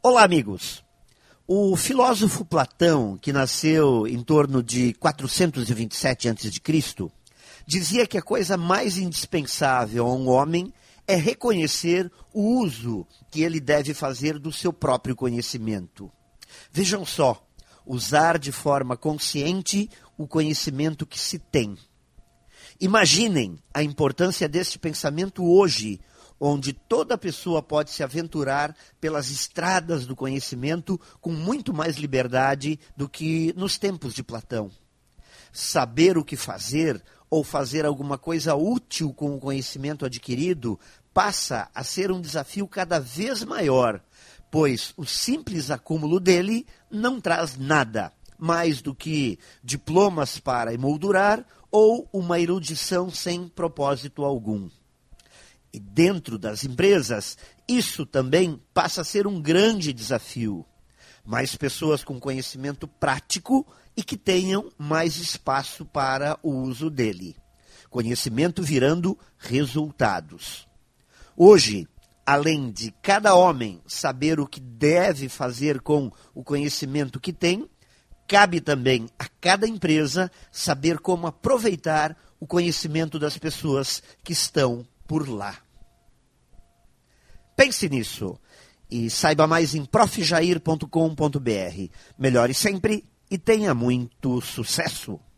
Olá, amigos. O filósofo Platão, que nasceu em torno de 427 a.C., dizia que a coisa mais indispensável a um homem é reconhecer o uso que ele deve fazer do seu próprio conhecimento. Vejam só, usar de forma consciente o conhecimento que se tem. Imaginem a importância deste pensamento hoje, onde toda pessoa pode se aventurar pelas estradas do conhecimento com muito mais liberdade do que nos tempos de Platão. Saber o que fazer ou fazer alguma coisa útil com o conhecimento adquirido passa a ser um desafio cada vez maior, pois o simples acúmulo dele não traz nada mais do que diplomas para emoldurar ou uma erudição sem propósito algum. E dentro das empresas, isso também passa a ser um grande desafio. Mais pessoas com conhecimento prático e que tenham mais espaço para o uso dele. Conhecimento virando resultados. Hoje, além de cada homem saber o que deve fazer com o conhecimento que tem, cabe também a cada empresa saber como aproveitar o conhecimento das pessoas que estão por lá. Pense nisso e saiba mais em profjair.com.br. Melhore sempre e tenha muito sucesso!